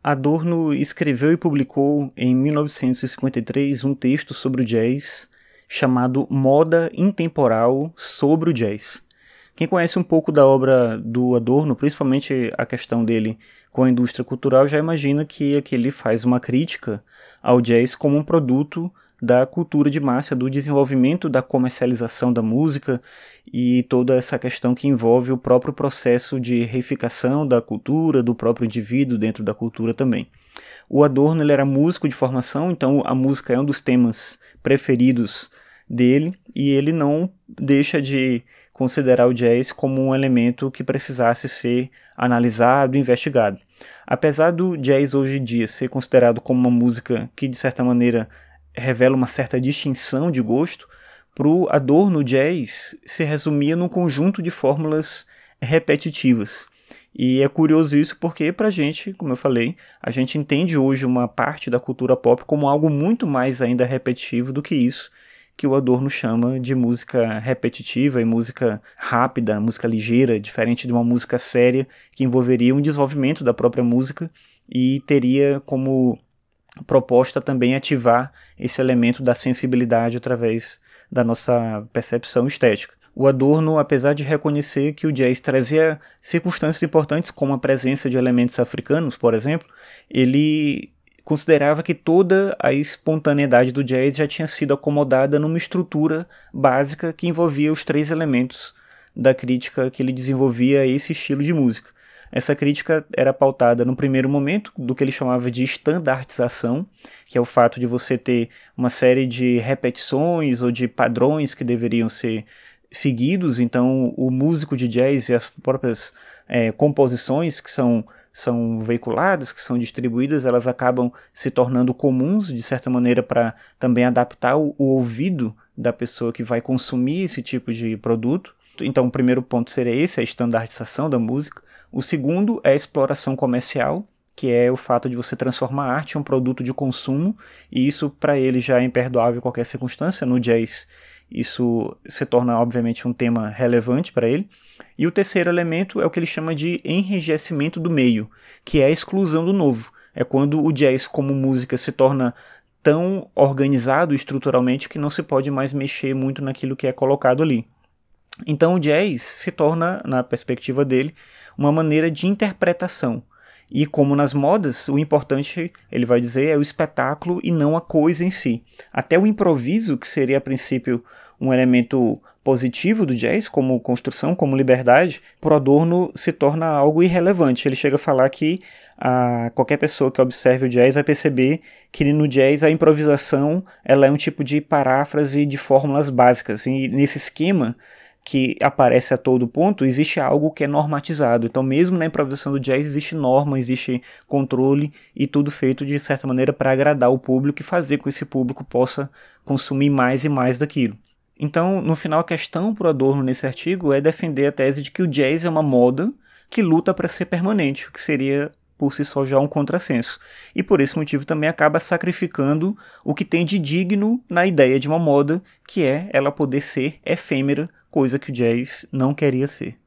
Adorno escreveu e publicou em 1953 um texto sobre o jazz chamado Moda Intemporal sobre o Jazz. Quem conhece um pouco da obra do Adorno, principalmente a questão dele com a indústria cultural, já imagina que aqui ele faz uma crítica ao jazz como um produto da cultura de massa, do desenvolvimento da comercialização da música e toda essa questão que envolve o próprio processo de reificação da cultura, do próprio indivíduo dentro da cultura também. O Adorno ele era músico de formação, então a música é um dos temas preferidos dele e ele não deixa de considerar o jazz como um elemento que precisasse ser analisado e investigado. Apesar do jazz hoje em dia ser considerado como uma música que de certa maneira revela uma certa distinção de gosto, para o Adorno, o jazz se resumia num conjunto de fórmulas repetitivas. E é curioso isso porque, pra gente, como eu falei, a gente entende hoje uma parte da cultura pop como algo muito mais ainda repetitivo do que isso, que o Adorno chama de música repetitiva e música rápida, música ligeira, diferente de uma música séria, que envolveria um desenvolvimento da própria música e teria como proposta também ativar esse elemento da sensibilidade através da nossa percepção estética. O Adorno, apesar de reconhecer que o jazz trazia circunstâncias importantes, como a presença de elementos africanos, por exemplo, ele considerava que toda a espontaneidade do jazz já tinha sido acomodada numa estrutura básica que envolvia os três elementos da crítica que ele desenvolvia a esse estilo de música. Essa crítica era pautada no primeiro momento do que ele chamava de estandartização, que é o fato de você ter uma série de repetições ou de padrões que deveriam ser seguidos. Então o músico de jazz e as próprias composições que são veiculadas, que são distribuídas, elas acabam se tornando comuns, de certa maneira, para também adaptar o ouvido da pessoa que vai consumir esse tipo de produto. Então o primeiro ponto seria esse, a estandartização da música. O segundo é a exploração comercial, que é o fato de você transformar a arte em um produto de consumo, e isso para ele já é imperdoável em qualquer circunstância. No jazz isso se torna obviamente um tema relevante para ele. E o terceiro elemento é o que ele chama de enrijecimento do meio, que é a exclusão do novo. É quando o jazz como música se torna tão organizado estruturalmente que não se pode mais mexer muito naquilo que é colocado ali. Então o jazz se torna, na perspectiva dele, uma maneira de interpretação. E como nas modas, o importante, ele vai dizer, é o espetáculo e não a coisa em si. Até o improviso, que seria a princípio um elemento positivo do jazz, como construção, como liberdade, por Adorno se torna algo irrelevante. Ele chega a falar que qualquer pessoa que observe o jazz vai perceber que no jazz a improvisação ela é um tipo de paráfrase de fórmulas básicas. E nesse esquema que aparece a todo ponto, existe algo que é normatizado. Então, mesmo na improvisação do jazz, existe norma, existe controle e tudo feito de certa maneira para agradar o público e fazer com que esse público possa consumir mais e mais daquilo. Então, no final, a questão para o Adorno nesse artigo é defender a tese de que o jazz é uma moda que luta para ser permanente, o que seria por si só já um contrassenso. E por esse motivo também acaba sacrificando o que tem de digno na ideia de uma moda, que é ela poder ser efêmera, coisa que o jazz não queria ser.